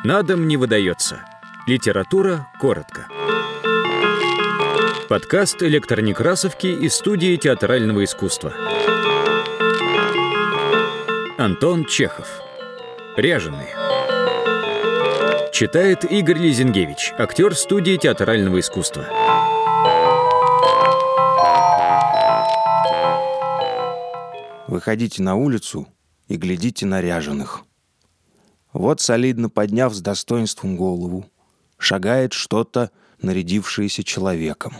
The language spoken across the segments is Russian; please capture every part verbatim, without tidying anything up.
На дом не выдается. Литература коротко. Подкаст «Электронекрасовки» из студии театрального искусства. Антон Чехов. Ряженые. Читает Игорь Лизингевич, актер студии театрального искусства. Выходите на улицу и глядите на ряженых. Вот, солидно подняв с достоинством голову, шагает что-то, нарядившееся человеком.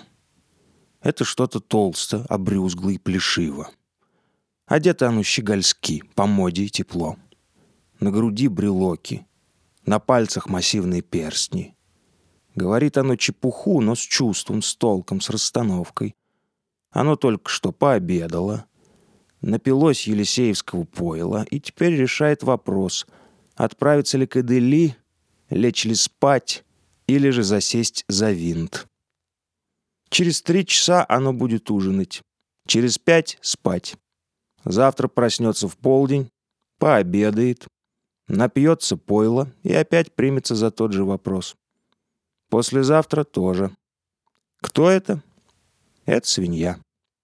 Это что-то толсто, обрюзгло и плешиво. Одето оно щегольски, по моде и тепло. На груди брелоки, на пальцах массивные перстни. Говорит оно чепуху, но с чувством, с толком, с расстановкой. Оно только что пообедало, напилось елисеевского пойла и теперь решает вопрос, отправиться ли к Эдели, лечь ли спать или же засесть за винт. Через три часа оно будет ужинать, через пять — спать. Завтра проснется в полдень, пообедает, напьется пойла и опять примется за тот же вопрос. Послезавтра тоже. Кто это? Это свинья.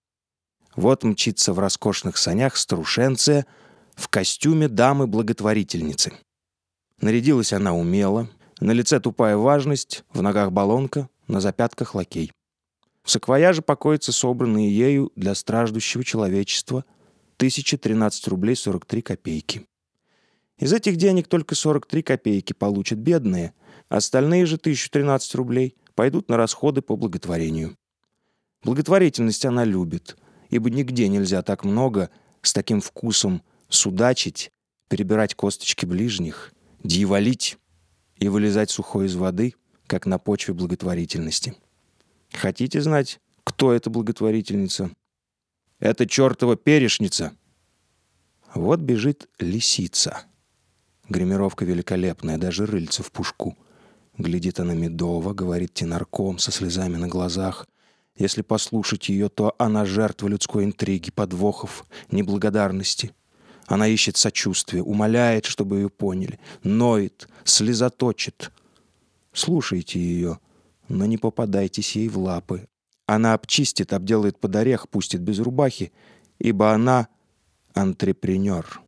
Вот мчится в роскошных санях старушенция в костюме дамы-благотворительницы. Нарядилась она умело, на лице тупая важность, в ногах баллонка, на запятках лакей. В саквояже покоятся собранные ею для страждущего человечества тысяча тринадцать рублей сорок три копейки. Из этих денег только сорок три копейки получат бедные, остальные же тысяча тринадцать рублей пойдут на расходы по благотворению. Благотворительность она любит, ибо нигде нельзя так много с таким вкусом судачить, перебирать косточки ближних, дьяволить и вылезать сухой из воды, как на почве благотворительности. Хотите знать, кто эта благотворительница? Это чертова перешница. Вот бежит лисица. Гримировка великолепная, даже рыльце в пушку. Глядит она медово, говорит тенорком со слезами на глазах. Если послушать ее, то она жертва людской интриги, подвохов, неблагодарности. Она ищет сочувствия, умоляет, чтобы ее поняли, ноет, слезоточит. Слушайте ее, но не попадайтесь ей в лапы. Она обчистит, обделает под орех, пустит без рубахи, ибо она антрепренер.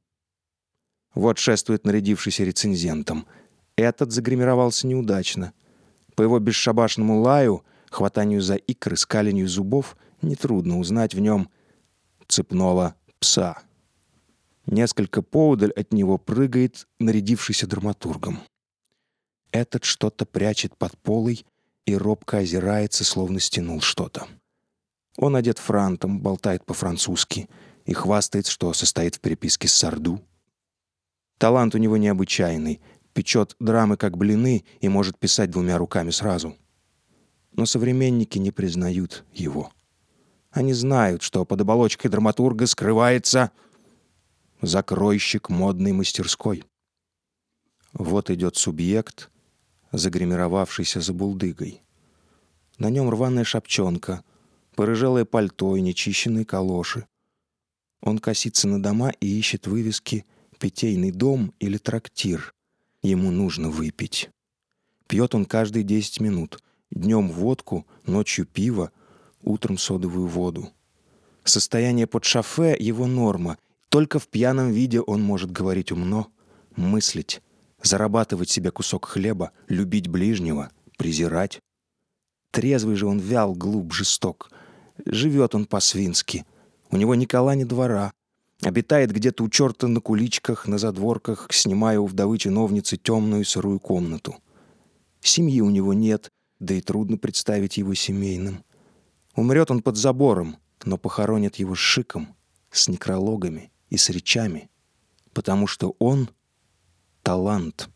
Вот шествует нарядившийся рецензентом. Этот загримировался неудачно. По его бесшабашному лаю, хватанию за икры, скалению зубов, нетрудно узнать в нем цепного пса. Несколько поодаль от него прыгает нарядившийся драматургом. Этот что-то прячет под полой и робко озирается, словно стянул что-то. Он одет франтом, болтает по-французски и хвастается, что состоит в переписке с Сарду. Талант у него необычайный, печет драмы как блины и может писать двумя руками сразу. Но современники не признают его. Они знают, что под оболочкой драматурга скрывается закройщик модной мастерской. Вот идет субъект, загримировавшийся за булдыгой. На нем рваная шапчонка, порыжелое пальто и нечищенные калоши. Он косится на дома и ищет вывески «Питейный дом» или «Трактир». Ему нужно выпить. Пьет он каждые десять минут. Днем водку, ночью пиво, утром содовую воду. Состояние под шофе — его норма. Только в пьяном виде он может говорить умно, мыслить, зарабатывать себе кусок хлеба, любить ближнего, презирать. Трезвый же он вял, глуп, жесток. Живет он по-свински. У него ни кола, ни двора. Обитает где-то у черта на куличках, на задворках, снимая у вдовы-чиновницы темную сырую комнату. Семьи у него нет, да и трудно представить его семейным. Умрет он под забором, но похоронят его с шиком, с некрологами и с речами, потому что он — талант.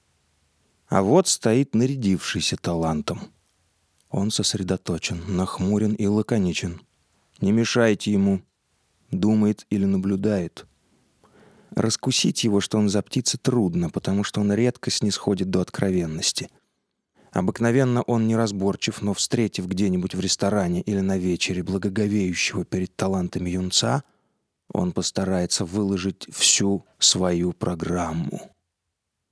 А вот стоит нарядившийся талантом. Он сосредоточен, нахмурен и лаконичен. Не мешайте ему, думает или наблюдает. Раскусить его, что он за птица, трудно, потому что он редко снисходит до откровенности. Обыкновенно он неразборчив, но, встретив где-нибудь в ресторане или на вечере благоговеющего перед талантами юнца, он постарается выложить всю свою программу.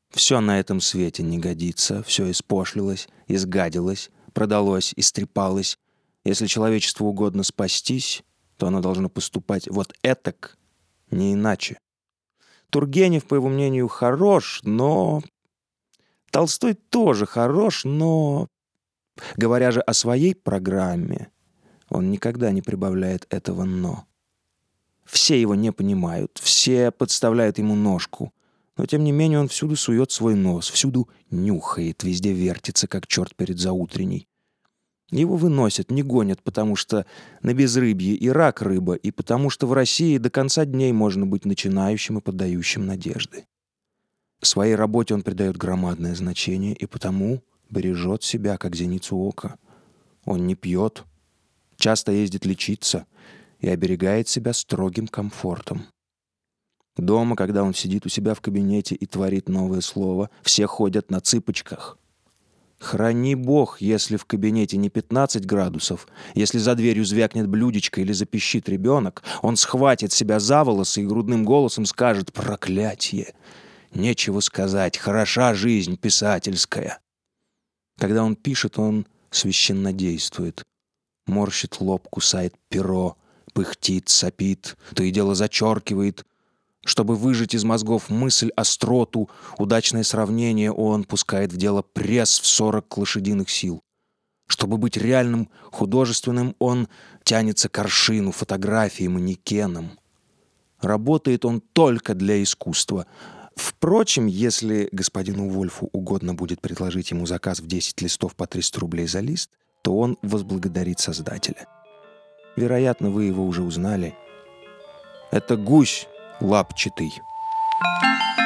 Все на этом свете не годится, все испошлилось, изгадилось, продалось, истрепалось. Если человечеству угодно спастись, то оно должно поступать вот этак, не иначе. Тургенев, по его мнению, хорош, но... Толстой тоже хорош, но... Говоря же о своей программе, он никогда не прибавляет этого «но». Все его не понимают, все подставляют ему ножку, но тем не менее он всюду сует свой нос, всюду нюхает, везде вертится, как черт перед заутренней. Его выносят, не гонят, потому что на безрыбье и рак рыба, и потому что в России до конца дней можно быть начинающим и поддающим надежды. Своей работе он придает громадное значение и потому бережет себя, как зеницу ока. Он не пьет, часто ездит лечиться и оберегает себя строгим комфортом. Дома, когда он сидит у себя в кабинете и творит новое слово, все ходят на цыпочках. Храни Бог, если в кабинете не пятнадцать градусов, если за дверью звякнет блюдечко или запищит ребенок, он схватит себя за волосы и грудным голосом скажет «Проклятье! Нечего сказать, хороша жизнь писательская!» Когда он пишет, он священнодействует. Морщит лоб, кусает перо, пыхтит, сопит, то и дело зачеркивает. Чтобы выжать из мозгов мысль, остроту, удачное сравнение, он пускает в дело пресс в сорок лошадиных сил. Чтобы быть реальным, художественным, он тянется к аршину, фотографии, манекенам. Работает он только для искусства. Впрочем, если господину Вольфу угодно будет предложить ему заказ в десять листов по триста рублей за лист, то он возблагодарит Создателя. Вероятно, вы его уже узнали. Это гусь лапчатый.